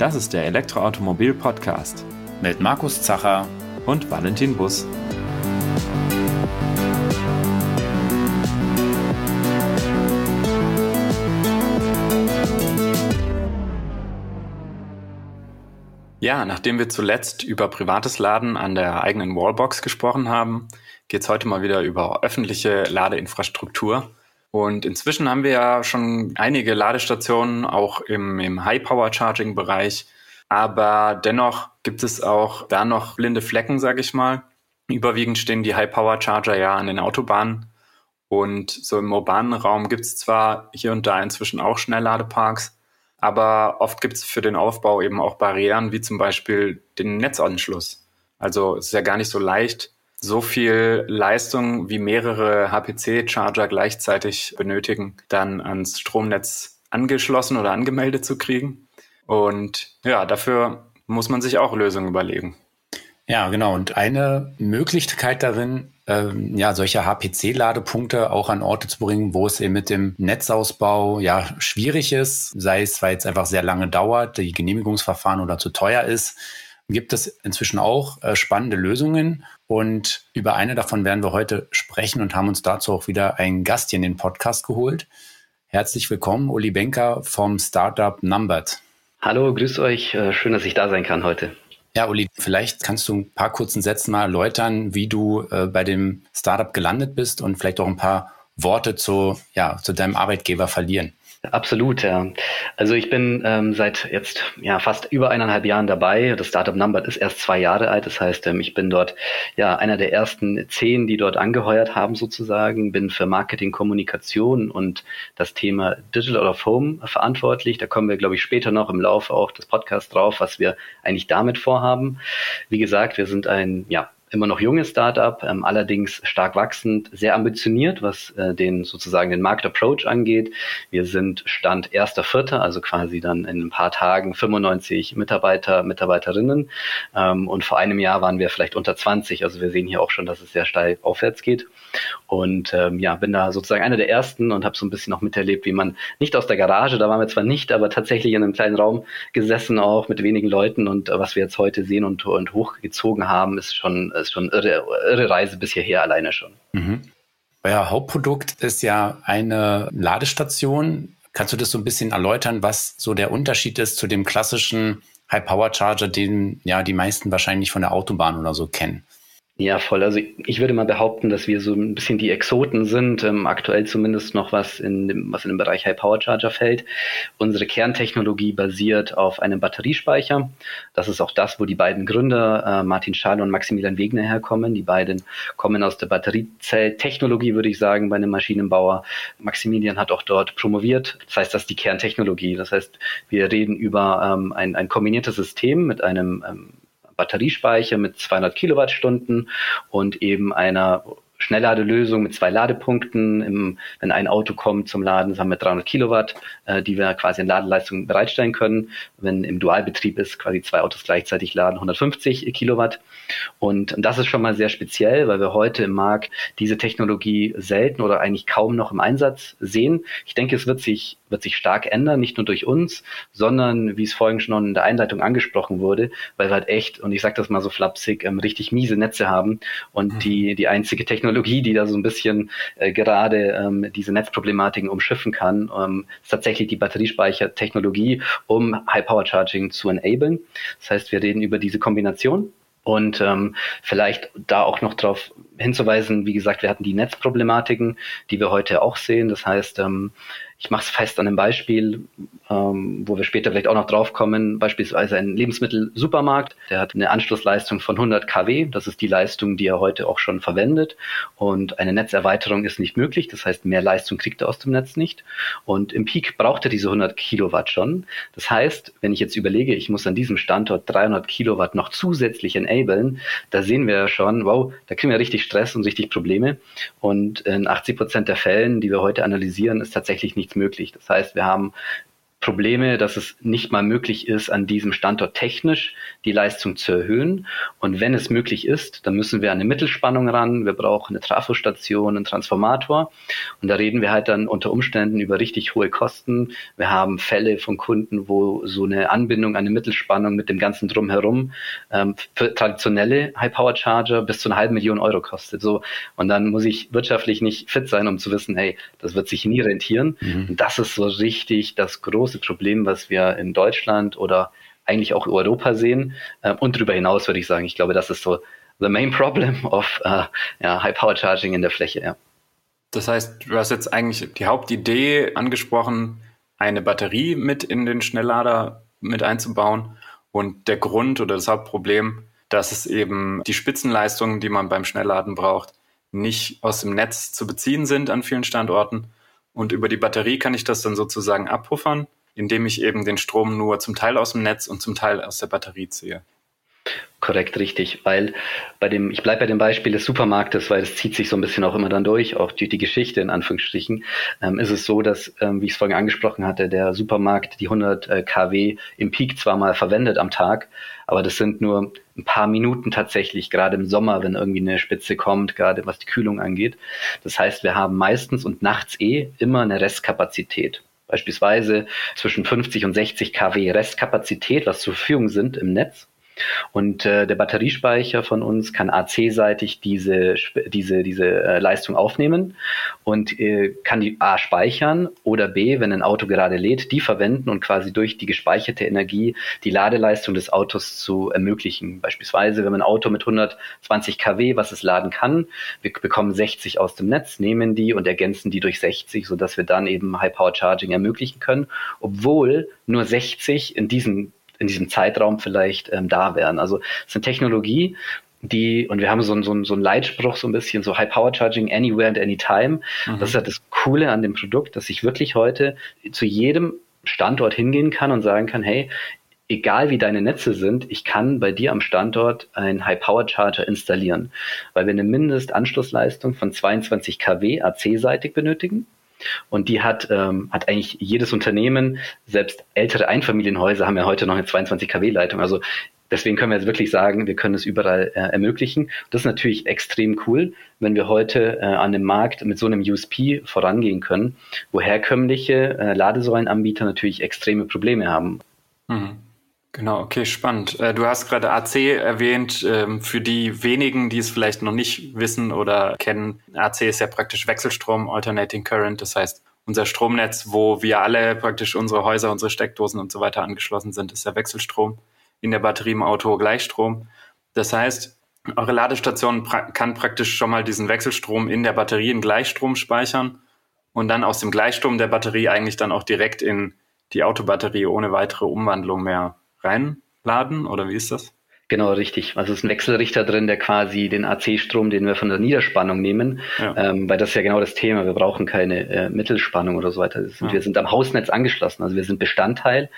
Das ist der Elektroautomobil-Podcast mit Markus Zacher und Valentin Buss. Ja, nachdem wir zuletzt über privates Laden an der eigenen Wallbox gesprochen haben, geht es heute mal wieder über öffentliche Ladeinfrastruktur. Und inzwischen haben wir ja schon einige Ladestationen, auch im High-Power-Charging-Bereich. Aber dennoch gibt es auch da noch blinde Flecken, sage ich mal. Überwiegend stehen die High-Power-Charger ja an den Autobahnen. Und so im urbanen Raum gibt es zwar hier und da inzwischen auch Schnellladeparks, aber oft gibt es für den Aufbau eben auch Barrieren, wie zum Beispiel den Netzanschluss. Also es ist ja gar nicht so leicht, so viel Leistung wie mehrere HPC-Charger gleichzeitig benötigen, dann ans Stromnetz angeschlossen oder angemeldet zu kriegen. Und ja, dafür muss man sich auch Lösungen überlegen. Ja, genau. Und eine Möglichkeit darin, solche HPC-Ladepunkte auch an Orte zu bringen, wo es eben mit dem Netzausbau schwierig ist, sei es, weil es einfach sehr lange dauert, die Genehmigungsverfahren oder zu teuer ist, gibt es inzwischen auch spannende Lösungen. Und über eine davon werden wir heute sprechen und haben uns dazu auch wieder einen Gast hier in den Podcast geholt. Herzlich willkommen, Uli Benker vom Startup Numbered. Hallo, grüß euch. Schön, dass ich da sein kann heute. Ja, Uli, vielleicht kannst du ein paar kurzen Sätzen mal erläutern, wie du bei dem Startup gelandet bist und vielleicht auch ein paar Worte zu deinem Arbeitgeber verlieren. Absolut, ja. Also ich bin seit jetzt fast über 1,5 Jahren dabei. Das Startup Numbered ist erst 2 Jahre alt. Das heißt, ich bin dort einer der ersten 10, die dort angeheuert haben sozusagen. Bin für Marketing, Kommunikation und das Thema Digital Out of Home verantwortlich. Da kommen wir, glaube ich, später noch im Laufe auch des Podcasts drauf, was wir eigentlich damit vorhaben. Wie gesagt, wir sind ein immer noch junges Startup, allerdings stark wachsend, sehr ambitioniert, was den Markt-Approach angeht. Wir sind Stand 1.4., also quasi dann in ein paar Tagen 95 Mitarbeiter, Mitarbeiterinnen. Und vor einem Jahr waren wir vielleicht unter 20. Also wir sehen hier auch schon, dass es sehr steil aufwärts geht. Und bin da sozusagen einer der Ersten und habe so ein bisschen auch miterlebt, wie man nicht aus der Garage, da waren wir zwar nicht, aber tatsächlich in einem kleinen Raum gesessen, auch mit wenigen Leuten. Und was wir jetzt heute sehen und hochgezogen haben, ist schon irre Reise bis hierher alleine schon. Mhm. Euer Hauptprodukt ist ja eine Ladestation. Kannst du das so ein bisschen erläutern, was so der Unterschied ist zu dem klassischen High-Power-Charger, den die meisten wahrscheinlich von der Autobahn oder so kennen? Ja, voll. Also ich würde mal behaupten, dass wir so ein bisschen die Exoten sind, aktuell zumindest noch was in dem Bereich High-Power-Charger fällt. Unsere Kerntechnologie basiert auf einem Batteriespeicher. Das ist auch das, wo die beiden Gründer, Martin Schall und Maximilian Wegner, herkommen. Die beiden kommen aus der Batteriezelltechnologie, würde ich sagen, bei einem Maschinenbauer. Maximilian hat auch dort promoviert. Das heißt, das ist die Kerntechnologie. Das heißt, wir reden über ein kombiniertes System mit einem Batteriespeicher mit 200 Kilowattstunden und eben einer Schnellladelösung mit 2 Ladepunkten. Wenn ein Auto kommt zum Laden, haben wir 300 Kilowatt, die wir quasi in Ladeleistung bereitstellen können. Wenn im Dualbetrieb ist, quasi 2 Autos gleichzeitig laden, 150 Kilowatt. Und das ist schon mal sehr speziell, weil wir heute im Markt diese Technologie selten oder eigentlich kaum noch im Einsatz sehen. Ich denke, es wird sich stark ändern, nicht nur durch uns, sondern, wie es vorhin schon in der Einleitung angesprochen wurde, weil wir halt echt, und ich sage das mal so flapsig, richtig miese Netze haben und die einzige Technologie, die da so ein bisschen gerade diese Netzproblematiken umschiffen kann, ist tatsächlich die Batteriespeichertechnologie, um High-Power-Charging zu enablen. Das heißt, wir reden über diese Kombination. Und vielleicht da auch noch darauf hinzuweisen, wie gesagt, wir hatten die Netzproblematiken, die wir heute auch sehen. Das heißt, ich mache es fest an einem Beispiel, wo wir später vielleicht auch noch drauf kommen, beispielsweise ein Lebensmittelsupermarkt, der hat eine Anschlussleistung von 100 kW, das ist die Leistung, die er heute auch schon verwendet, und eine Netzerweiterung ist nicht möglich, das heißt, mehr Leistung kriegt er aus dem Netz nicht, und im Peak braucht er diese 100 Kilowatt schon. Das heißt, wenn ich jetzt überlege, ich muss an diesem Standort 300 Kilowatt noch zusätzlich enablen, da sehen wir ja schon, wow, da kriegen wir richtig Stress und richtig Probleme, und in 80% der Fällen, die wir heute analysieren, ist tatsächlich nichts möglich. Das heißt, wir haben Probleme, dass es nicht mal möglich ist, an diesem Standort technisch die Leistung zu erhöhen. Und wenn es möglich ist, dann müssen wir an eine Mittelspannung ran. Wir brauchen eine Trafostation, einen Transformator. Und da reden wir halt dann unter Umständen über richtig hohe Kosten. Wir haben Fälle von Kunden, wo so eine Anbindung an eine Mittelspannung mit dem ganzen Drumherum für traditionelle High-Power-Charger bis zu 500.000 Euro kostet. So. Und dann muss ich wirtschaftlich nicht fit sein, um zu wissen, hey, das wird sich nie rentieren. Und das ist so richtig das große Problem, was wir in Deutschland oder eigentlich auch Europa sehen. Und darüber hinaus würde ich sagen, ich glaube, das ist so the main problem of High-Power-Charging in der Fläche. Ja. Das heißt, du hast jetzt eigentlich die Hauptidee angesprochen, eine Batterie mit in den Schnelllader mit einzubauen. Und der Grund oder das Hauptproblem, dass es eben die Spitzenleistungen, die man beim Schnellladen braucht, nicht aus dem Netz zu beziehen sind an vielen Standorten. Und über die Batterie kann ich das dann sozusagen abpuffern, indem ich eben den Strom nur zum Teil aus dem Netz und zum Teil aus der Batterie ziehe. Korrekt, richtig, weil ich bleibe bei dem Beispiel des Supermarktes, weil das zieht sich so ein bisschen auch immer dann durch, auch die Geschichte in Anführungsstrichen, ist es so, dass, wie ich es vorhin angesprochen hatte, der Supermarkt die 100 kW im Peak zwar mal verwendet am Tag, aber das sind nur ein paar Minuten tatsächlich, gerade im Sommer, wenn irgendwie eine Spitze kommt, gerade was die Kühlung angeht. Das heißt, wir haben meistens und nachts immer eine Restkapazität. Beispielsweise zwischen 50 und 60 kW Restkapazität, was zur Verfügung sind im Netz. Und der Batteriespeicher von uns kann AC-seitig diese Leistung aufnehmen und kann die A speichern oder B, wenn ein Auto gerade lädt, die verwenden und quasi durch die gespeicherte Energie die Ladeleistung des Autos zu ermöglichen. Beispielsweise, wenn man ein Auto mit 120 kW, was es laden kann, wir bekommen 60 aus dem Netz, nehmen die und ergänzen die durch 60, sodass wir dann eben High-Power-Charging ermöglichen können, obwohl nur 60 in diesem Zeitraum vielleicht da wären. Also es ist eine Technologie, und wir haben so einen Leitspruch so ein bisschen, so High Power Charging anywhere and anytime. Das ist halt das Coole an dem Produkt, dass ich wirklich heute zu jedem Standort hingehen kann und sagen kann, hey, egal wie deine Netze sind, ich kann bei dir am Standort einen High Power Charger installieren, weil wir eine Mindestanschlussleistung von 22 kW AC-seitig benötigen. Und die hat eigentlich jedes Unternehmen, selbst ältere Einfamilienhäuser haben ja heute noch eine 22 kW Leitung. Also deswegen können wir jetzt wirklich sagen, wir können es überall ermöglichen. Das ist natürlich extrem cool, wenn wir heute an dem Markt mit so einem USP vorangehen können, wo herkömmliche Ladesäulenanbieter natürlich extreme Probleme haben. Mhm. Genau, okay, spannend. Du hast gerade AC erwähnt. Für die wenigen, die es vielleicht noch nicht wissen oder kennen, AC ist ja praktisch Wechselstrom, Alternating Current. Das heißt, unser Stromnetz, wo wir alle praktisch unsere Häuser, unsere Steckdosen und so weiter angeschlossen sind, ist ja Wechselstrom. In der Batterie im Auto Gleichstrom. Das heißt, eure Ladestation kann praktisch schon mal diesen Wechselstrom in der Batterie in Gleichstrom speichern und dann aus dem Gleichstrom der Batterie eigentlich dann auch direkt in die Autobatterie ohne weitere Umwandlung mehr reinladen, oder wie ist das? Genau, richtig. Also es ist ein Wechselrichter drin, der quasi den AC-Strom, den wir von der Niederspannung nehmen, weil das ist ja genau das Thema. Wir brauchen keine Mittelspannung oder so weiter. Wir sind am Hausnetz angeschlossen. Also wir sind Bestandteil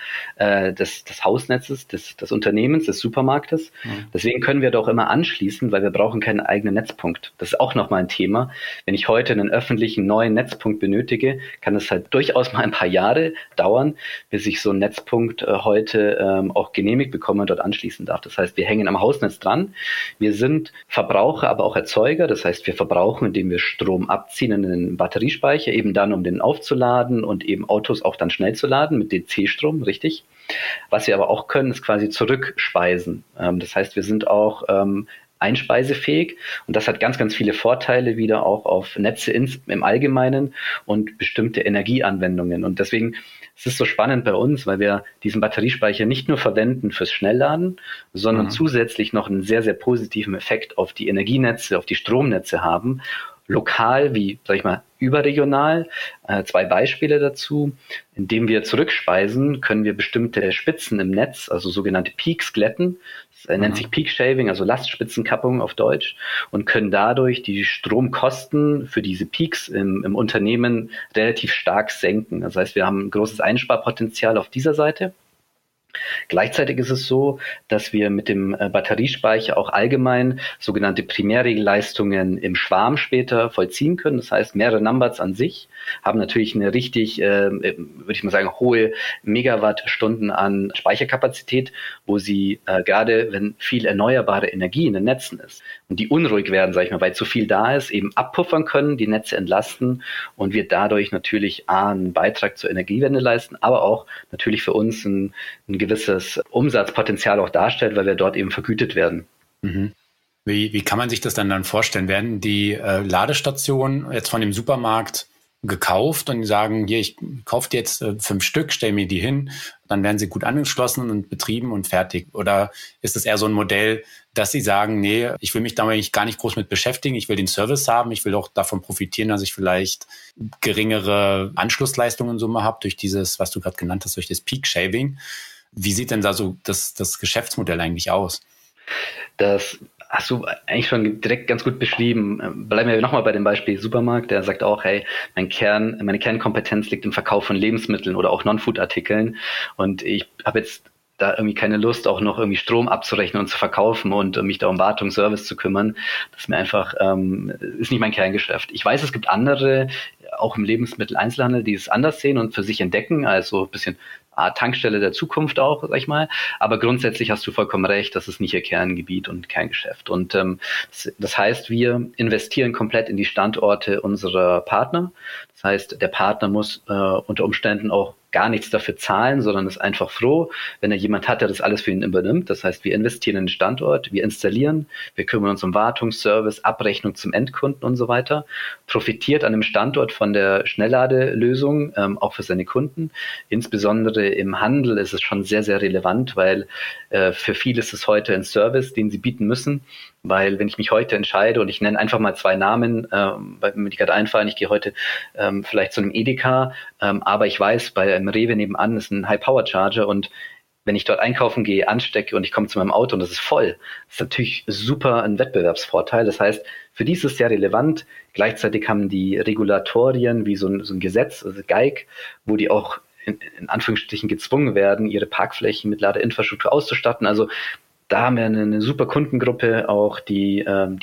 des Hausnetzes, des Unternehmens, des Supermarktes. Deswegen können wir doch immer anschließen, weil wir brauchen keinen eigenen Netzpunkt. Das ist auch nochmal ein Thema. Wenn ich heute einen öffentlichen neuen Netzpunkt benötige, kann es halt durchaus mal ein paar Jahre dauern, bis ich so einen Netzpunkt heute auch genehmigt bekomme und dort anschließen darf. Das heißt, wir hängen am Hausnetz dran. Wir sind Verbraucher, aber auch Erzeuger. Das heißt, wir verbrauchen, indem wir Strom abziehen in den Batteriespeicher, eben dann, um den aufzuladen und eben Autos auch dann schnell zu laden mit DC-Strom, richtig. Was wir aber auch können, ist quasi zurückspeisen. Das heißt, wir sind auch einspeisefähig und das hat ganz, ganz viele Vorteile wieder auch auf Netze im Allgemeinen und bestimmte Energieanwendungen. Und deswegen ist es so spannend bei uns, weil wir diesen Batteriespeicher nicht nur verwenden fürs Schnellladen, sondern zusätzlich noch einen sehr, sehr positiven Effekt auf die Energienetze, auf die Stromnetze haben. Lokal wie, sag ich mal, überregional. 2 Beispiele dazu. Indem wir zurückspeisen, können wir bestimmte Spitzen im Netz, also sogenannte Peaks, glätten. Das nennt sich Peak Shaving, also Lastspitzenkappung auf Deutsch, und können dadurch die Stromkosten für diese Peaks im Unternehmen relativ stark senken. Das heißt, wir haben ein großes Einsparpotenzial auf dieser Seite. Gleichzeitig ist es so, dass wir mit dem Batteriespeicher auch allgemein sogenannte Primärregelleistungen im Schwarm später vollziehen können. Das heißt, mehrere Numbers an sich haben natürlich eine richtig, würde ich mal sagen, hohe Megawattstunden an Speicherkapazität, wo sie gerade, wenn viel erneuerbare Energie in den Netzen ist und die unruhig werden, sage ich mal, weil zu viel da ist, eben abpuffern können, die Netze entlasten und wir dadurch natürlich einen Beitrag zur Energiewende leisten, aber auch natürlich für uns ein gewisses Umsatzpotenzial auch darstellt, weil wir dort eben vergütet werden. Mhm. Wie kann man sich das dann vorstellen? Werden die Ladestationen jetzt von dem Supermarkt gekauft und die sagen, hier, ich kaufe dir jetzt 5 Stück, stell mir die hin, dann werden sie gut angeschlossen und betrieben und fertig? Oder ist es eher so ein Modell, dass sie sagen, nee, ich will mich da gar nicht groß mit beschäftigen, ich will den Service haben, ich will auch davon profitieren, dass ich vielleicht geringere Anschlussleistungen in Summe habe durch dieses, was du gerade genannt hast, durch das Peak Shaving. Wie sieht denn da so das Geschäftsmodell eigentlich aus? Das hast du eigentlich schon direkt ganz gut beschrieben. Bleiben wir nochmal bei dem Beispiel Supermarkt. Der sagt auch, hey, meine Kernkompetenz liegt im Verkauf von Lebensmitteln oder auch Non-Food-Artikeln. Und ich habe jetzt da irgendwie keine Lust, auch noch irgendwie Strom abzurechnen und zu verkaufen und mich da um Wartung, Service zu kümmern. Das ist mir einfach, ist nicht mein Kerngeschäft. Ich weiß, es gibt andere, auch im Lebensmitteleinzelhandel, die es anders sehen und für sich entdecken, also ein bisschen Tankstelle der Zukunft auch, sag ich mal. Aber grundsätzlich hast du vollkommen recht, das ist nicht ihr Kerngebiet und Kerngeschäft. Und das heißt, wir investieren komplett in die Standorte unserer Partner. Das heißt, der Partner muss unter Umständen auch gar nichts dafür zahlen, sondern ist einfach froh, wenn er jemand hat, der das alles für ihn übernimmt. Das heißt, wir investieren in den Standort, wir installieren, wir kümmern uns um Wartung, Service, Abrechnung zum Endkunden und so weiter. Profitiert an dem Standort von der Schnellladelösung, auch für seine Kunden. Insbesondere im Handel ist es schon sehr, sehr relevant, weil für viele ist es heute ein Service, den sie bieten müssen. Weil wenn ich mich heute entscheide und ich nenne einfach mal 2 Namen, weil mir die gerade einfallen, ich gehe heute vielleicht zu einem Edeka, aber ich weiß, bei einem Rewe nebenan ist ein High-Power-Charger und wenn ich dort einkaufen gehe, anstecke und ich komme zu meinem Auto und das ist voll, das ist natürlich super ein Wettbewerbsvorteil. Das heißt, für die ist es sehr relevant. Gleichzeitig haben die Regulatorien wie so ein Gesetz, also GEIG, wo die auch in Anführungsstrichen gezwungen werden, ihre Parkflächen mit Ladeinfrastruktur auszustatten. Also da haben wir eine super Kundengruppe auch, die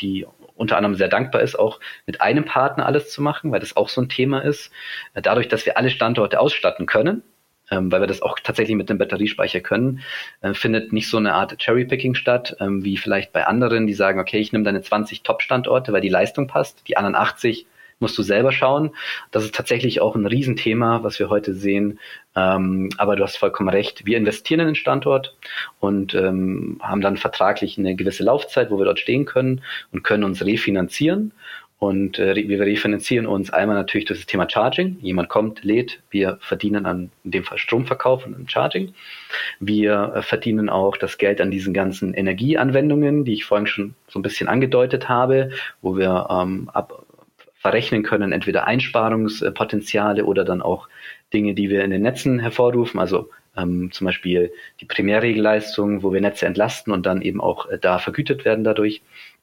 unter anderem sehr dankbar ist, auch mit einem Partner alles zu machen, weil das auch so ein Thema ist. Dadurch, dass wir alle Standorte ausstatten können, weil wir das auch tatsächlich mit dem Batteriespeicher können, findet nicht so eine Art Cherrypicking statt, wie vielleicht bei anderen, die sagen, okay, ich nehme deine 20 Top-Standorte, weil die Leistung passt, die anderen 80 musst du selber schauen. Das ist tatsächlich auch ein Riesenthema, was wir heute sehen. Aber du hast vollkommen recht. Wir investieren in den Standort und haben dann vertraglich eine gewisse Laufzeit, wo wir dort stehen können und können uns refinanzieren. Und wir refinanzieren uns einmal natürlich durch das Thema Charging. Jemand kommt, lädt, wir verdienen an in dem Fall Stromverkauf und Charging. Wir verdienen auch das Geld an diesen ganzen Energieanwendungen, die ich vorhin schon so ein bisschen angedeutet habe, wo wir verrechnen können, entweder Einsparungspotenziale oder dann auch Dinge, die wir in den Netzen hervorrufen, also zum Beispiel die Primärregelleistung, wo wir Netze entlasten und dann eben auch da vergütet werden dadurch.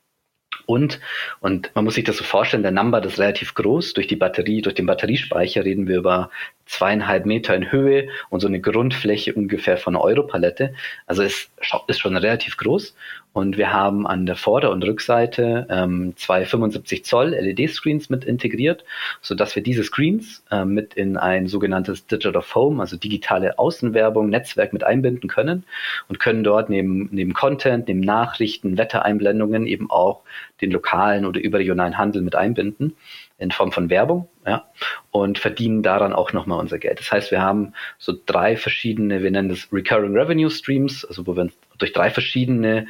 Und man muss sich das so vorstellen, der Number, das ist relativ groß. Durch die Batterie, durch den Batteriespeicher reden wir über 2,5 Meter in Höhe und so eine Grundfläche ungefähr von einer Europalette. Also es ist schon relativ groß. Und wir haben an der Vorder- und Rückseite 2 75 Zoll LED-Screens mit integriert, sodass wir diese Screens mit in ein sogenanntes Digital of Home, also digitale Außenwerbung, Netzwerk mit einbinden können und können dort neben Content, neben Nachrichten, Wettereinblendungen eben auch den lokalen oder überregionalen Handel mit einbinden in Form von Werbung, ja, und verdienen daran auch nochmal unser Geld. Das heißt, wir haben so 3 verschiedene, wir nennen das Recurring Revenue Streams, also wo wir durch 3 verschiedene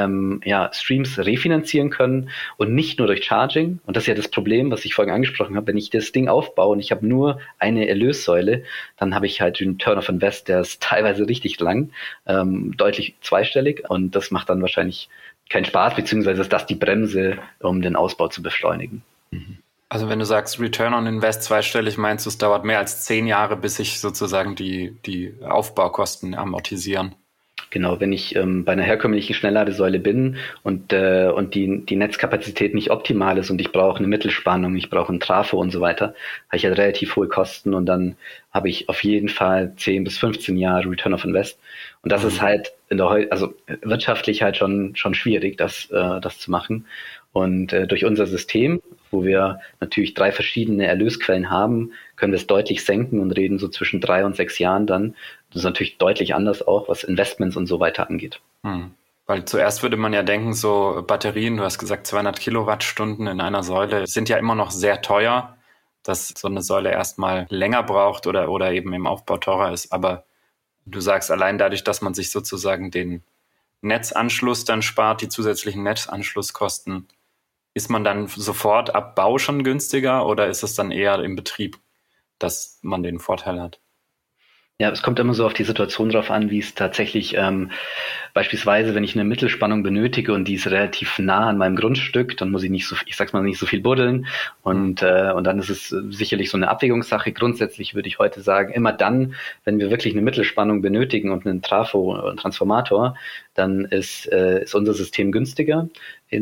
Streams refinanzieren können und nicht nur durch Charging. Und das ist ja das Problem, was ich vorhin angesprochen habe. Wenn ich das Ding aufbaue und ich habe nur eine Erlössäule, dann habe ich halt den Return of Invest, der ist teilweise richtig lang, deutlich zweistellig und das macht dann wahrscheinlich keinen Spaß, beziehungsweise ist das die Bremse, um den Ausbau zu beschleunigen. Also wenn du sagst Return on Invest zweistellig, meinst du, es dauert mehr als 10 Jahre, bis sich sozusagen die Aufbaukosten amortisieren? Genau, wenn ich bei einer herkömmlichen Schnellladesäule bin und die Netzkapazität nicht optimal ist und ich brauche eine Mittelspannung, ich brauche einen Trafo und so weiter, habe ich halt relativ hohe Kosten und dann habe ich auf jeden Fall 10 bis 15 Jahre Return of Invest. Und das ist halt also wirtschaftlich halt schon schwierig, das zu machen. Und durch unser System, wo wir natürlich 3 verschiedene Erlösquellen haben, können wir es deutlich senken und reden so zwischen 3 und 6 Jahren dann. Das ist natürlich deutlich anders auch, was Investments und so weiter angeht. Weil zuerst würde man ja denken, so Batterien, du hast gesagt 200 Kilowattstunden in einer Säule, sind ja immer noch sehr teuer, dass so eine Säule erstmal länger braucht oder eben im Aufbau teurer ist. Aber du sagst, allein dadurch, dass man sich sozusagen den Netzanschluss dann spart, die zusätzlichen Netzanschlusskosten, ist man dann sofort ab Bau schon günstiger oder ist es dann eher im Betrieb, dass man den Vorteil hat? Ja, es kommt immer so auf die Situation drauf an, wie es tatsächlich beispielsweise, wenn ich eine Mittelspannung benötige und die ist relativ nah an meinem Grundstück, dann muss ich nicht so, ich sag's mal, nicht so viel buddeln und dann ist es sicherlich so eine Abwägungssache. Grundsätzlich würde ich heute sagen, immer dann, wenn wir wirklich eine Mittelspannung benötigen und einen Trafo, einen Transformator, dann ist unser System günstiger,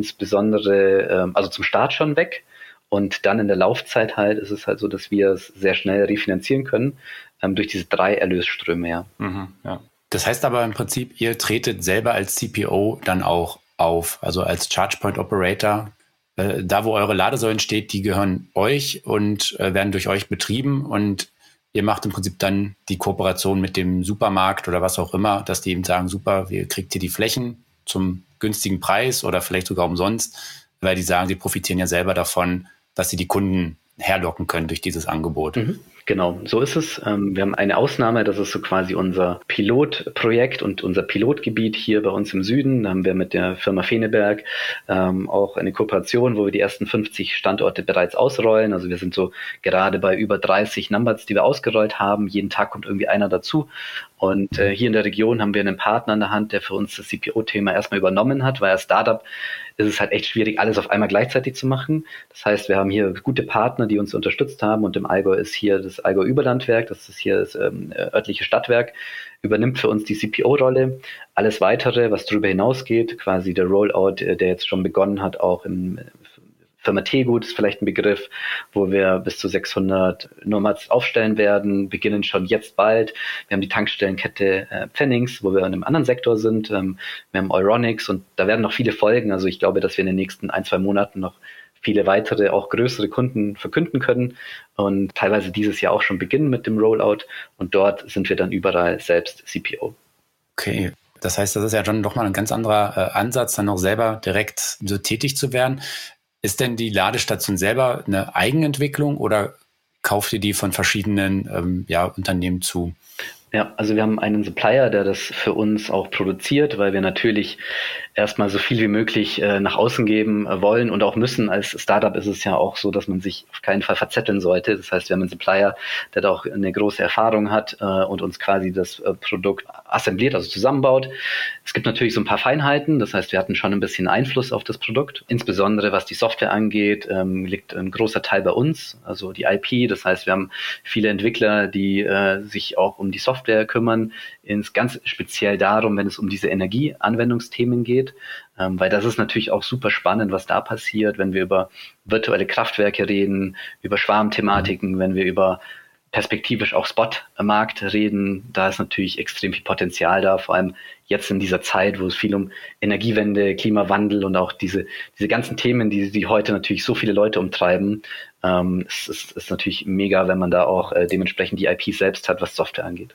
insbesondere also zum Start schon weg. Und dann in der Laufzeit halt ist es halt so, dass wir es sehr schnell refinanzieren können durch diese 3 Erlösströme, ja. Ja. Das heißt aber im Prinzip, ihr tretet selber als CPO dann auch auf, also als ChargePoint Operator. Da, wo eure Ladesäulen steht, die gehören euch und werden durch euch betrieben und ihr macht im Prinzip dann die Kooperation mit dem Supermarkt oder was auch immer, dass die eben sagen, super, wir kriegt hier die Flächen zum günstigen Preis oder vielleicht sogar umsonst, weil die sagen, sie profitieren ja selber davon, dass sie die Kunden herlocken können durch dieses Angebot. Genau, so ist es. Wir haben eine Ausnahme, das ist so quasi unser Pilotprojekt und unser Pilotgebiet hier bei uns im Süden. Da haben wir mit der Firma Feneberg auch eine Kooperation, wo wir die ersten 50 Standorte bereits ausrollen. Also wir sind so gerade bei über 30 Numbers, die wir ausgerollt haben. Jeden Tag kommt irgendwie einer dazu. Und hier in der Region haben wir einen Partner an der Hand, der für uns das CPO-Thema erstmal übernommen hat, weil als Startup ist es halt echt schwierig, alles auf einmal gleichzeitig zu machen. Das heißt, wir haben hier gute Partner, die uns unterstützt haben und im Allgäu ist hier das Allgäu-Überlandwerk, das ist hier das örtliche Stadtwerk, übernimmt für uns die CPO-Rolle. Alles Weitere, was darüber hinausgeht, quasi der Rollout, der jetzt schon begonnen hat, auch im Firma Tegut ist vielleicht ein Begriff, wo wir bis zu 600 Nomads aufstellen werden, beginnen schon jetzt bald. Wir haben die Tankstellenkette Pfennings, wo wir in einem anderen Sektor sind. Wir haben Euronics und da werden noch viele folgen. Also ich glaube, dass wir in den nächsten 1-2 Monaten noch viele weitere, auch größere Kunden verkünden können und teilweise dieses Jahr auch schon beginnen mit dem Rollout. Und dort sind wir dann überall selbst CPO. Okay. Das heißt, das ist ja schon doch mal ein ganz anderer Ansatz, dann auch selber direkt so tätig zu werden. Ist denn die Ladestation selber eine Eigenentwicklung oder kauft ihr die von verschiedenen Unternehmen zu? Ja, also wir haben einen Supplier, der das für uns auch produziert, weil wir natürlich erstmal so viel wie möglich nach außen geben wollen und auch müssen. Als Startup ist es ja auch so, dass man sich auf keinen Fall verzetteln sollte. Das heißt, wir haben einen Supplier, der da auch eine große Erfahrung hat und uns quasi das Produkt assembliert, also zusammenbaut. Es gibt natürlich so ein paar Feinheiten. Das heißt, wir hatten schon ein bisschen Einfluss auf das Produkt. Insbesondere was die Software angeht, liegt ein großer Teil bei uns, also die IP. Das heißt, wir haben viele Entwickler, die sich auch um die Software kümmern, ganz speziell darum, wenn es um diese Energieanwendungsthemen geht, weil das ist natürlich auch super spannend, was da passiert, wenn wir über virtuelle Kraftwerke reden, über Schwarmthematiken, wenn wir über perspektivisch auch Spotmarkt reden, da ist natürlich extrem viel Potenzial da, vor allem jetzt in dieser Zeit, wo es viel um Energiewende, Klimawandel und auch diese ganzen Themen, die heute natürlich so viele Leute umtreiben, es ist natürlich mega, wenn man da auch dementsprechend die IP selbst hat, was Software angeht.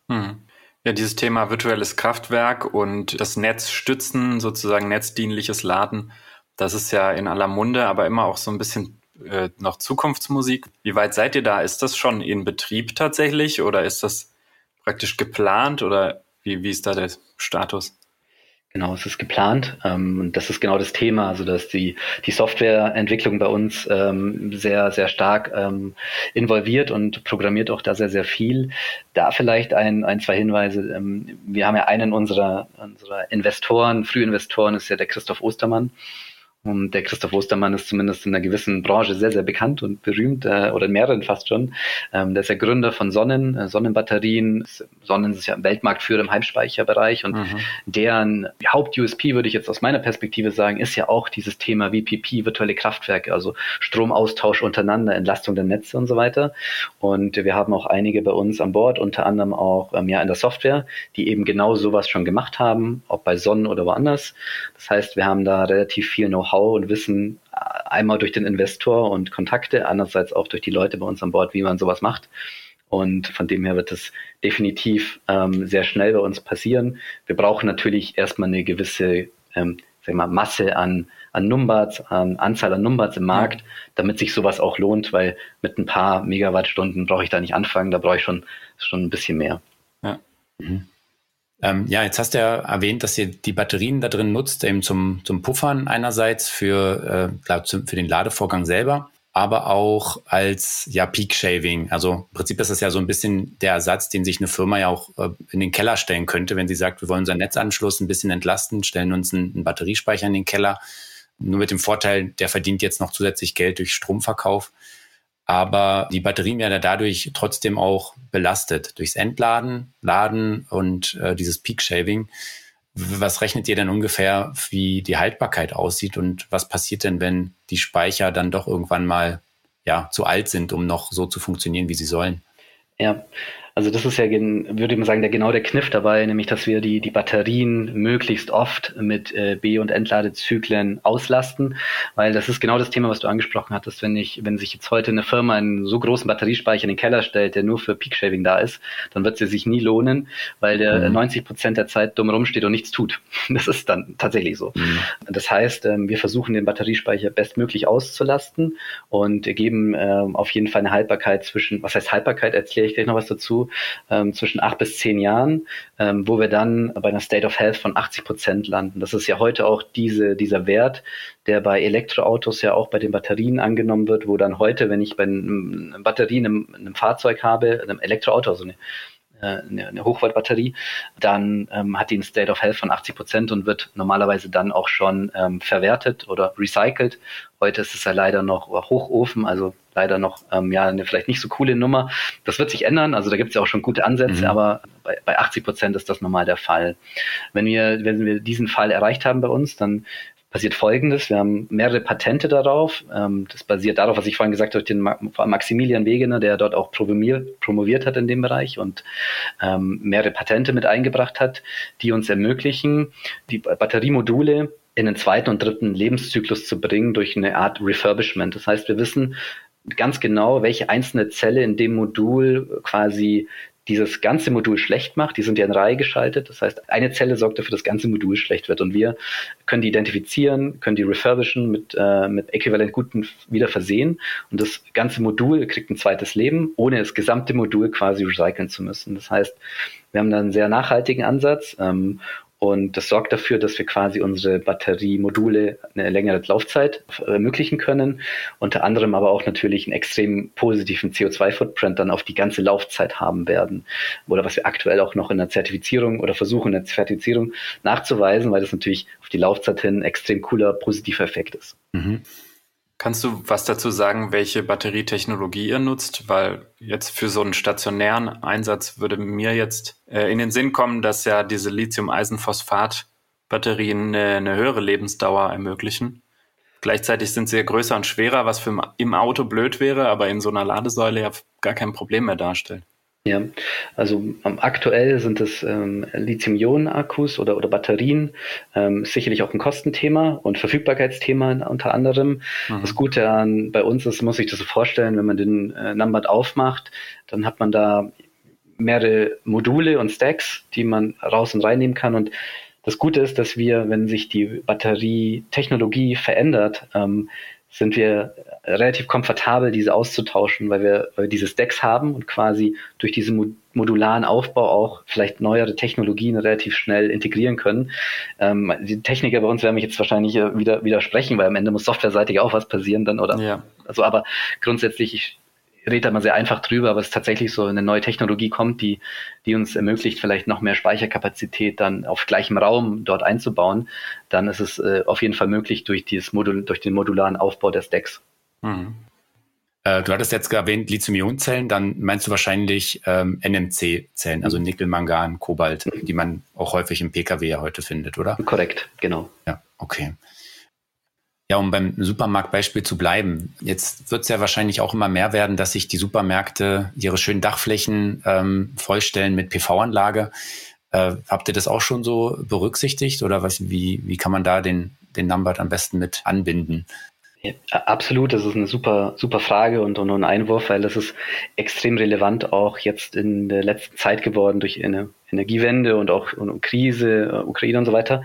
Ja, dieses Thema virtuelles Kraftwerk und das Netz stützen, sozusagen netzdienliches Laden, das ist ja in aller Munde, aber immer auch so ein bisschen noch Zukunftsmusik. Wie weit seid ihr da? Ist das schon in Betrieb tatsächlich oder ist das praktisch geplant oder wie ist da der Status? Genau, es ist geplant und das ist genau das Thema, also dass die Softwareentwicklung bei uns sehr, sehr stark involviert und programmiert auch da sehr, sehr viel. Da vielleicht ein, zwei Hinweise. Wir haben ja einen unserer Investoren, Frühinvestoren ist ja der Christoph Ostermann Und der Christoph Ostermann ist zumindest in einer gewissen Branche sehr, sehr bekannt und berühmt, oder in mehreren fast schon. Der ist der Gründer von Sonnenbatterien. Sonnen ist ja Weltmarktführer im Heimspeicherbereich und deren Haupt-USP, würde ich jetzt aus meiner Perspektive sagen, ist ja auch dieses Thema VPP, virtuelle Kraftwerke, also Stromaustausch untereinander, Entlastung der Netze und so weiter. Und wir haben auch einige bei uns an Bord, unter anderem auch in der Software, die eben genau sowas schon gemacht haben, ob bei Sonnen oder woanders. Das heißt, wir haben da relativ viel Know-how und Wissen, einmal durch den Investor und Kontakte, andererseits auch durch die Leute bei uns an Bord, wie man sowas macht. Und von dem her wird es definitiv sehr schnell bei uns passieren. Wir brauchen natürlich erstmal eine gewisse Masse an Numbards, an Anzahl an Numbards im Markt, damit sich sowas auch lohnt, weil mit ein paar Megawattstunden brauche ich da nicht anfangen, da brauche ich schon ein bisschen mehr. Ja. Jetzt hast du ja erwähnt, dass ihr die Batterien da drin nutzt, eben zum Puffern einerseits für den Ladevorgang selber, aber auch als Peak Shaving. Also im Prinzip ist das ja so ein bisschen der Ersatz, den sich eine Firma ja auch in den Keller stellen könnte, wenn sie sagt, wir wollen unseren Netzanschluss ein bisschen entlasten, stellen uns einen Batteriespeicher in den Keller. Nur mit dem Vorteil, der verdient jetzt noch zusätzlich Geld durch Stromverkauf. Aber die Batterien werden ja dadurch trotzdem auch belastet durchs Entladen, Laden und dieses Peak Shaving. Was rechnet ihr denn ungefähr, wie die Haltbarkeit aussieht und was passiert denn, wenn die Speicher dann doch irgendwann mal zu alt sind, um noch so zu funktionieren, wie sie sollen? Ja, also das ist ja, würde ich mal sagen, der Kniff dabei, nämlich dass wir die Batterien möglichst oft mit B- und Entladezyklen auslasten, weil das ist genau das Thema, was du angesprochen hattest. Wenn sich jetzt heute eine Firma einen so großen Batteriespeicher in den Keller stellt, der nur für Peak Shaving da ist, dann wird sie sich nie lohnen, weil der 90% der Zeit dumm rumsteht und nichts tut. Das ist dann tatsächlich so. Das heißt, wir versuchen den Batteriespeicher bestmöglich auszulasten und geben auf jeden Fall eine Haltbarkeit was heißt Haltbarkeit, erzähle ich gleich noch was dazu, zwischen 8 bis 10 Jahren, wo wir dann bei einer State of Health von 80% landen. Das ist ja heute auch dieser Wert, der bei Elektroautos ja auch bei den Batterien angenommen wird, wo dann heute, wenn ich bei einer Batterie in einem Fahrzeug habe, einem Elektroauto, also eine Hochvoltbatterie, dann hat die einen State of Health von 80% und wird normalerweise dann auch schon verwertet oder recycelt. Heute ist es ja leider noch Hochofen, also leider noch eine vielleicht nicht so coole Nummer. Das wird sich ändern, also da gibt es ja auch schon gute Ansätze, aber bei 80% ist das normal der Fall. Wenn wir diesen Fall erreicht haben bei uns, dann passiert Folgendes. Wir haben mehrere Patente darauf. Das basiert darauf, was ich vorhin gesagt habe, den Maximilian Wegener, der dort auch promoviert hat in dem Bereich und mehrere Patente mit eingebracht hat, die uns ermöglichen, die Batteriemodule in den zweiten und dritten Lebenszyklus zu bringen durch eine Art Refurbishment. Das heißt, wir wissen ganz genau, welche einzelne Zelle in dem Modul quasi dieses ganze Modul schlecht macht. Die sind ja in Reihe geschaltet. Das heißt, eine Zelle sorgt dafür, dass das ganze Modul schlecht wird. Und wir können die identifizieren, können die refurbischen, mit äquivalent guten wieder versehen. Und das ganze Modul kriegt ein zweites Leben, ohne das gesamte Modul quasi recyceln zu müssen. Das heißt, wir haben da einen sehr nachhaltigen Ansatz. Und das sorgt dafür, dass wir quasi unsere Batteriemodule eine längere Laufzeit ermöglichen können. Unter anderem aber auch natürlich einen extrem positiven CO2-Footprint dann auf die ganze Laufzeit haben werden. Oder was wir aktuell auch noch in der Zertifizierung oder versuchen in der Zertifizierung nachzuweisen, weil das natürlich auf die Laufzeit hin ein extrem cooler, positiver Effekt ist. Kannst du was dazu sagen, welche Batterietechnologie ihr nutzt? Weil jetzt für so einen stationären Einsatz würde mir jetzt in den Sinn kommen, dass ja diese Lithium-Eisenphosphat-Batterien eine höhere Lebensdauer ermöglichen. Gleichzeitig sind sie ja größer und schwerer, was im Auto blöd wäre, aber in so einer Ladesäule ja gar kein Problem mehr darstellt. Ja, also aktuell sind es Lithium-Ionen-Akkus oder Batterien, sicherlich auch ein Kostenthema und Verfügbarkeitsthema unter anderem. Das Gute bei uns ist, muss ich das so vorstellen, wenn man den Numbad aufmacht, dann hat man da mehrere Module und Stacks, die man raus und reinnehmen kann. Und das Gute ist, dass wir, wenn sich die Batterietechnologie verändert, sind wir relativ komfortabel, diese auszutauschen, weil wir diese Stacks haben und quasi durch diesen modularen Aufbau auch vielleicht neuere Technologien relativ schnell integrieren können. Die Techniker bei uns werden mich jetzt wahrscheinlich wieder widersprechen, weil am Ende muss softwareseitig auch was passieren dann, oder? Ja. Also, aber grundsätzlich rede da mal sehr einfach drüber, aber es ist tatsächlich so, eine neue Technologie kommt, die uns ermöglicht, vielleicht noch mehr Speicherkapazität dann auf gleichem Raum dort einzubauen, dann ist es auf jeden Fall möglich durch den modularen Aufbau der Stacks. Mhm. Du hattest jetzt erwähnt Lithium-Ionen-Zellen, dann meinst du wahrscheinlich NMC-Zellen, also Nickel, Mangan, Kobalt, die man auch häufig im Pkw ja heute findet, oder? Korrekt, genau. Ja, okay. Ja, um beim Supermarktbeispiel zu bleiben. Jetzt wird es ja wahrscheinlich auch immer mehr werden, dass sich die Supermärkte ihre schönen Dachflächen vollstellen mit PV-Anlage. Habt ihr das auch schon so berücksichtigt oder wie kann man da den Number am besten mit anbinden? Ja, absolut, das ist eine super Frage und ein Einwurf, weil das ist extrem relevant auch jetzt in der letzten Zeit geworden durch eine Energiewende und auch Krise, Ukraine und so weiter,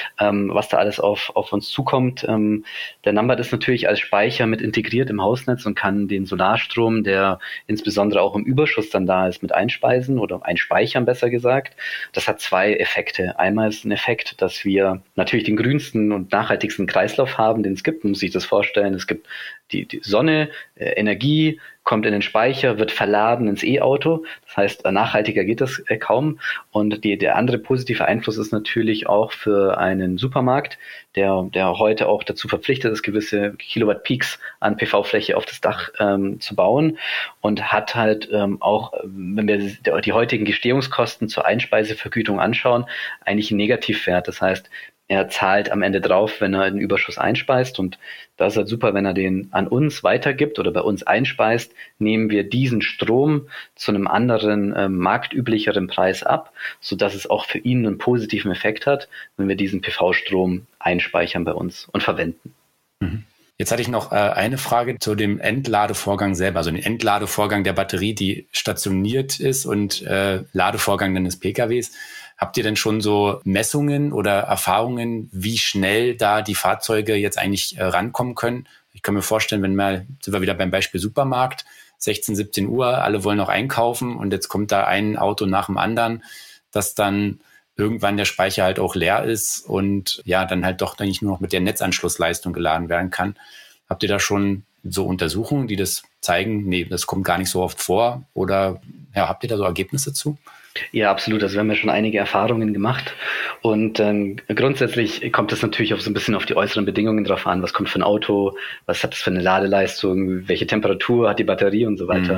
was da alles auf uns zukommt. Der Number ist natürlich als Speicher mit integriert im Hausnetz und kann den Solarstrom, der insbesondere auch im Überschuss dann da ist, mit einspeisen oder einspeichern, besser gesagt. Das hat zwei Effekte. Einmal ist ein Effekt, dass wir natürlich den grünsten und nachhaltigsten Kreislauf haben, den es gibt. Man muss sich das vorstellen. Es gibt die Sonne, Energie, kommt in den Speicher, wird verladen ins E-Auto. Das heißt, nachhaltiger geht das kaum. Und der andere positive Einfluss ist natürlich auch für einen Supermarkt, der heute auch dazu verpflichtet ist, gewisse Kilowatt Peaks an PV-Fläche auf das Dach zu bauen und hat halt auch, wenn wir die heutigen Gestehungskosten zur Einspeisevergütung anschauen, eigentlich einen Negativwert. Das heißt, er zahlt am Ende drauf, wenn er einen Überschuss einspeist und das ist halt super, wenn er den an uns weitergibt oder bei uns einspeist, nehmen wir diesen Strom zu einem anderen, marktüblicheren Preis ab, sodass es auch für ihn einen positiven Effekt hat, wenn wir diesen PV-Strom einspeichern bei uns und verwenden. Mhm. Jetzt hatte ich noch eine Frage zu dem Entladevorgang selber, also den Entladevorgang der Batterie, die stationiert ist und Ladevorgang dann des PKWs. Habt ihr denn schon so Messungen oder Erfahrungen, wie schnell da die Fahrzeuge jetzt eigentlich rankommen können? Ich kann mir vorstellen, sind wir wieder beim Beispiel Supermarkt, 16, 17 Uhr, alle wollen noch einkaufen und jetzt kommt da ein Auto nach dem anderen, dass dann irgendwann der Speicher halt auch leer ist und ja, dann halt doch eigentlich nur noch mit der Netzanschlussleistung geladen werden kann. Habt ihr da schon so Untersuchungen, die das zeigen? Nee, das kommt gar nicht so oft vor. Oder ja, habt ihr da so Ergebnisse zu? Ja, absolut. Also wir haben ja schon einige Erfahrungen gemacht und grundsätzlich kommt es natürlich auch so ein bisschen auf die äußeren Bedingungen drauf an. Was kommt für ein Auto? Was hat es für eine Ladeleistung? Welche Temperatur hat die Batterie und so weiter?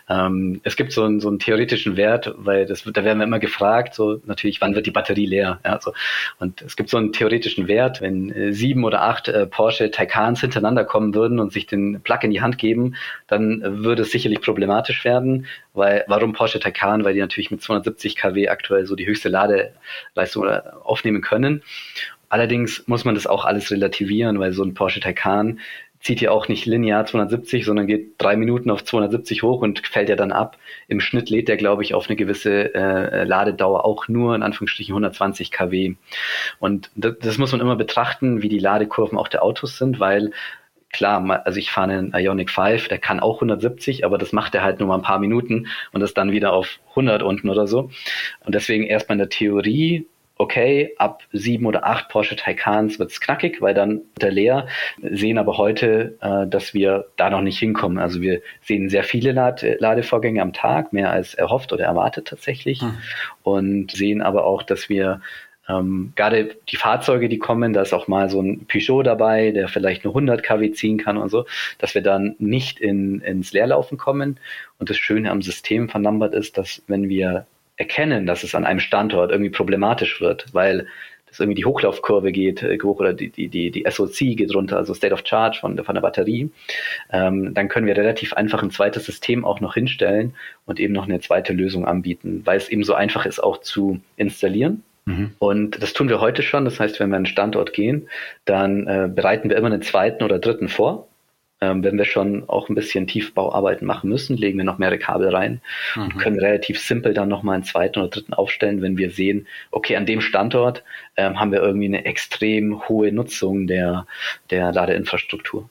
Es gibt so einen theoretischen Wert, weil da werden wir immer gefragt, so natürlich, wann wird die Batterie leer? Ja, so. Und es gibt so einen theoretischen Wert, wenn 7 oder 8 Porsche Taycans hintereinander kommen würden und sich den Plug in die Hand geben, dann würde es sicherlich problematisch werden. Warum Porsche Taycan? Weil die natürlich mit 270 kW aktuell so die höchste Ladeleistung aufnehmen können. Allerdings muss man das auch alles relativieren, weil so ein Porsche Taycan zieht ja auch nicht linear 270, sondern geht 3 Minuten auf 270 hoch und fällt ja dann ab. Im Schnitt lädt der, glaube ich, auf eine gewisse Ladedauer auch nur in Anführungsstrichen 120 kW. Und das muss man immer betrachten, wie die Ladekurven auch der Autos sind, weil klar, also ich fahre einen Ioniq 5, der kann auch 170, aber das macht er halt nur mal ein paar Minuten und ist dann wieder auf 100 unten oder so. Und deswegen erstmal in der Theorie, okay, ab 7 oder 8 Porsche Taycans wird's knackig, weil dann wird er leer. Sehen aber heute, dass wir da noch nicht hinkommen. Also wir sehen sehr viele Ladevorgänge am Tag, mehr als erhofft oder erwartet tatsächlich. Und sehen aber auch, dass wir gerade die Fahrzeuge, die kommen, da ist auch mal so ein Peugeot dabei, der vielleicht nur 100 kW ziehen kann und so, dass wir dann nicht ins Leerlaufen kommen. Und das Schöne am System von Numbered ist, dass wenn wir erkennen, dass es an einem Standort irgendwie problematisch wird, weil das irgendwie die Hochlaufkurve geht hoch oder die SOC geht runter, also State of Charge von der Batterie, dann können wir relativ einfach ein zweites System auch noch hinstellen und eben noch eine zweite Lösung anbieten, weil es eben so einfach ist auch zu installieren. Und das tun wir heute schon. Das heißt, wenn wir an einen Standort gehen, dann bereiten wir immer einen zweiten oder dritten vor. Wenn wir schon auch ein bisschen Tiefbauarbeiten machen müssen, legen wir noch mehrere Kabel rein und können relativ simpel dann nochmal einen zweiten oder dritten aufstellen, wenn wir sehen, okay, an dem Standort haben wir irgendwie eine extrem hohe Nutzung der Ladeinfrastruktur.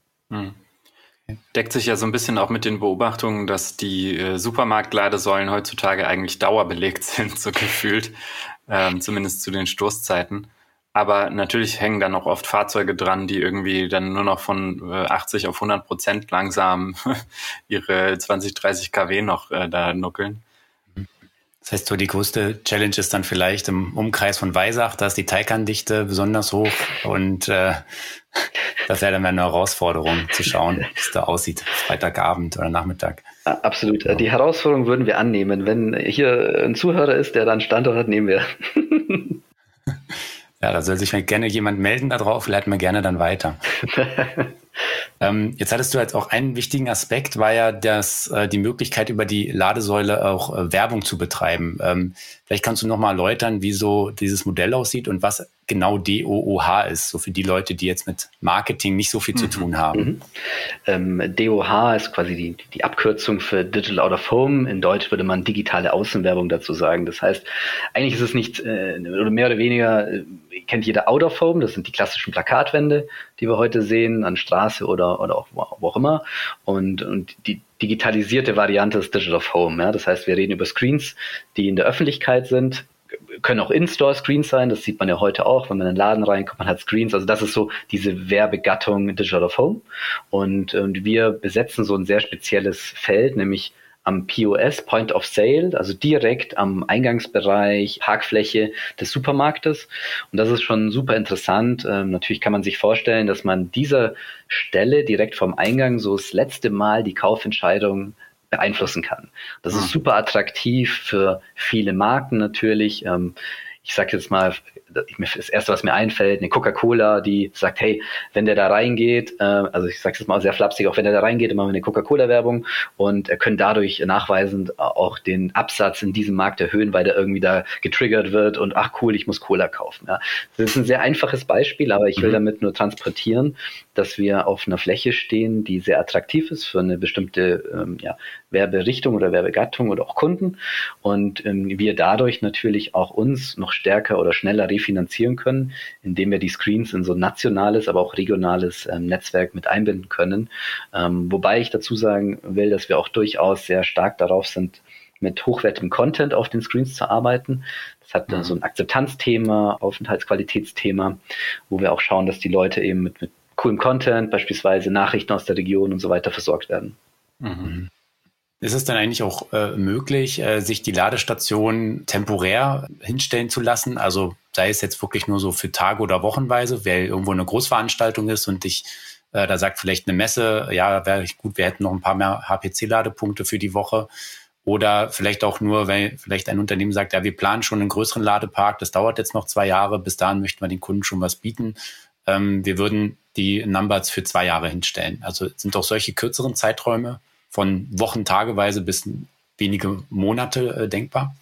Deckt sich ja so ein bisschen auch mit den Beobachtungen, dass die Supermarktladesäulen heutzutage eigentlich dauerbelegt sind, so gefühlt, zumindest zu den Stoßzeiten. Aber natürlich hängen dann auch oft Fahrzeuge dran, die irgendwie dann nur noch von 80 auf 100% langsam ihre 20, 30 kW noch da nuckeln. Das heißt, so die größte Challenge ist dann vielleicht im Umkreis von Weisach, da ist die Taycan-Dichte besonders hoch und das wäre dann eine Herausforderung zu schauen, wie es da aussieht, Freitagabend oder Nachmittag. Absolut. Ja. Die Herausforderung würden wir annehmen. Wenn hier ein Zuhörer ist, der da einen Standort hat, nehmen wir. Ja, da soll sich gerne jemand melden da drauf, leiten wir gerne dann weiter. Jetzt hattest du jetzt auch einen wichtigen Aspekt, war ja die Möglichkeit, über die Ladesäule auch Werbung zu betreiben. Vielleicht kannst du noch mal erläutern, wie so dieses Modell aussieht und was genau DOOH ist, so für die Leute, die jetzt mit Marketing nicht so viel zu tun haben. DOH ist quasi die Abkürzung für Digital Out of Home. In Deutsch würde man digitale Außenwerbung dazu sagen. Das heißt, eigentlich ist es nicht, oder mehr oder weniger, kennt jeder Out of Home. Das sind die klassischen Plakatwände, die wir heute sehen, an Straße oder auch wo auch immer. Und die digitalisierte Variante ist Digital of Home. Ja? Das heißt, wir reden über Screens, die in der Öffentlichkeit sind, können auch In-Store-Screens sein, das sieht man ja heute auch, wenn man in den Laden reinkommt, man hat Screens, also das ist so diese Werbegattung Digital of Home und wir besetzen so ein sehr spezielles Feld, nämlich am POS, Point of Sale, also direkt am Eingangsbereich, Parkfläche des Supermarktes. Und das ist schon super interessant. Natürlich kann man sich vorstellen, dass man dieser Stelle direkt vom Eingang so das letzte Mal die Kaufentscheidung beeinflussen kann. Das ist super attraktiv für viele Marken natürlich. Ich sage jetzt mal, das Erste, was mir einfällt, eine Coca-Cola, die sagt, hey, wenn der da reingeht, also ich sage es jetzt mal sehr flapsig, auch wenn der da reingeht, machen wir eine Coca-Cola-Werbung und können dadurch nachweisend auch den Absatz in diesem Markt erhöhen, weil der irgendwie da getriggert wird und ach cool, ich muss Cola kaufen. Ja. Das ist ein sehr einfaches Beispiel, aber ich will damit nur transportieren, dass wir auf einer Fläche stehen, die sehr attraktiv ist für eine bestimmte Werberichtung oder Werbegattung oder auch Kunden und wir dadurch natürlich auch uns noch stärker oder schneller refinanzieren können, indem wir die Screens in so ein nationales, aber auch regionales Netzwerk mit einbinden können. Wobei ich dazu sagen will, dass wir auch durchaus sehr stark darauf sind, mit hochwertigem Content auf den Screens zu arbeiten. Das hat so ein Akzeptanzthema, Aufenthaltsqualitätsthema, wo wir auch schauen, dass die Leute eben mit coolem Content, beispielsweise Nachrichten aus der Region und so weiter versorgt werden. Mhm. Ist es dann eigentlich auch möglich, sich die Ladestation temporär hinstellen zu lassen? Also sei es jetzt wirklich nur so für Tage oder Wochenweise, weil irgendwo eine Großveranstaltung ist und da sagt vielleicht eine Messe, ja, wäre gut, wir hätten noch ein paar mehr HPC-Ladepunkte für die Woche. Oder vielleicht auch nur, weil vielleicht ein Unternehmen sagt, ja, wir planen schon einen größeren Ladepark, das dauert jetzt noch 2 Jahre, bis dahin möchten wir den Kunden schon was bieten. Wir würden die Numbers für 2 Jahre hinstellen. Also sind auch solche kürzeren Zeiträume von Wochen, tageweise bis wenige Monate denkbar?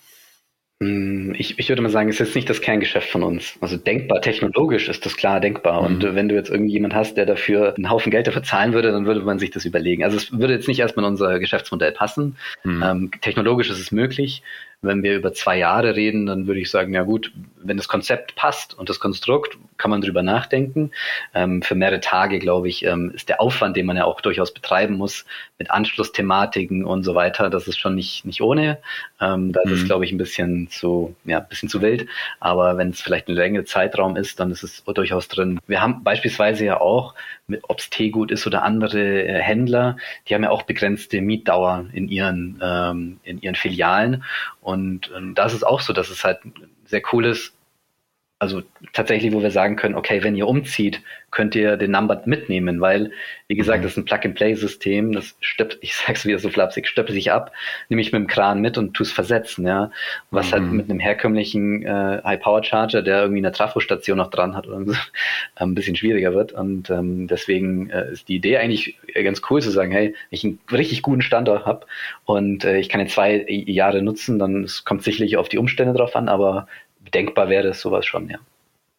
Ich würde mal sagen, es ist nicht das Kerngeschäft von uns. Also denkbar, technologisch ist das klar denkbar. Und wenn du jetzt irgendjemand hast, der dafür einen Haufen Geld dafür zahlen würde, dann würde man sich das überlegen. Also es würde jetzt nicht erstmal in unser Geschäftsmodell passen. Technologisch ist es möglich. Wenn wir über 2 Jahre reden, dann würde ich sagen, ja gut, wenn das Konzept passt und das Konstrukt, kann man drüber nachdenken. Für mehrere Tage, glaube ich, ist der Aufwand, den man ja auch durchaus betreiben muss, mit Anschlussthematiken und so weiter, das ist schon nicht ohne. Da ist es, glaube ich, ein bisschen zu wild. Aber wenn es vielleicht ein längerer Zeitraum ist, dann ist es durchaus drin. Wir haben beispielsweise ja auch, ob es Teegut ist oder andere Händler, die haben ja auch begrenzte Mietdauer in ihren Filialen. Und das ist auch so, dass es halt sehr cool ist, also tatsächlich, wo wir sagen können, okay, wenn ihr umzieht, könnt ihr den Number mitnehmen, weil, wie gesagt, das ist ein Plug-and-Play-System, das stöpselt, ich sag's wieder so flapsig, stöpselt sich ab, nehme ich mit dem Kran mit und tu's versetzen, ja. Was halt mit einem herkömmlichen High-Power-Charger, der irgendwie eine Trafostation noch dran hat oder so, ein bisschen schwieriger wird. Und deswegen ist die Idee eigentlich ganz cool zu sagen, hey, wenn ich einen richtig guten Standort habe und ich kann ihn 2 Jahre nutzen, dann es kommt sicherlich auf die Umstände drauf an, aber denkbar wäre es sowas schon, ja.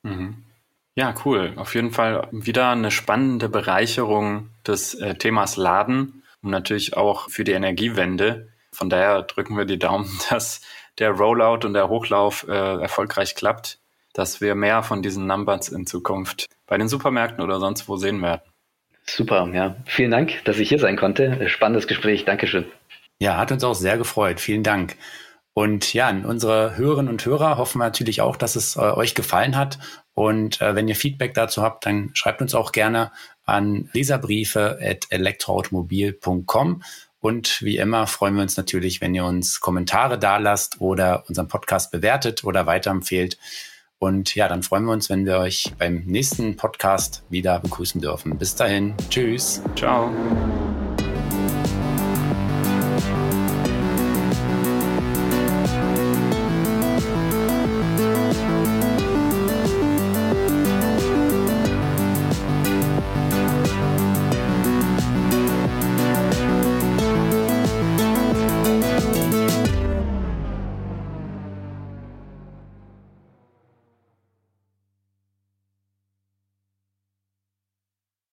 Ja, cool. Auf jeden Fall wieder eine spannende Bereicherung des Themas Laden und natürlich auch für die Energiewende. Von daher drücken wir die Daumen, dass der Rollout und der Hochlauf erfolgreich klappt, dass wir mehr von diesen Numbers in Zukunft bei den Supermärkten oder sonst wo sehen werden. Super, ja. Vielen Dank, dass ich hier sein konnte. Spannendes Gespräch. Dankeschön. Ja, hat uns auch sehr gefreut. Vielen Dank. Und ja, an unsere Hörerinnen und Hörer hoffen wir natürlich auch, dass es euch gefallen hat. Und wenn ihr Feedback dazu habt, dann schreibt uns auch gerne an leserbriefe@elektroautomobil.com. Und wie immer freuen wir uns natürlich, wenn ihr uns Kommentare dalasst oder unseren Podcast bewertet oder weiterempfehlt. Und ja, dann freuen wir uns, wenn wir euch beim nächsten Podcast wieder begrüßen dürfen. Bis dahin. Tschüss. Ciao.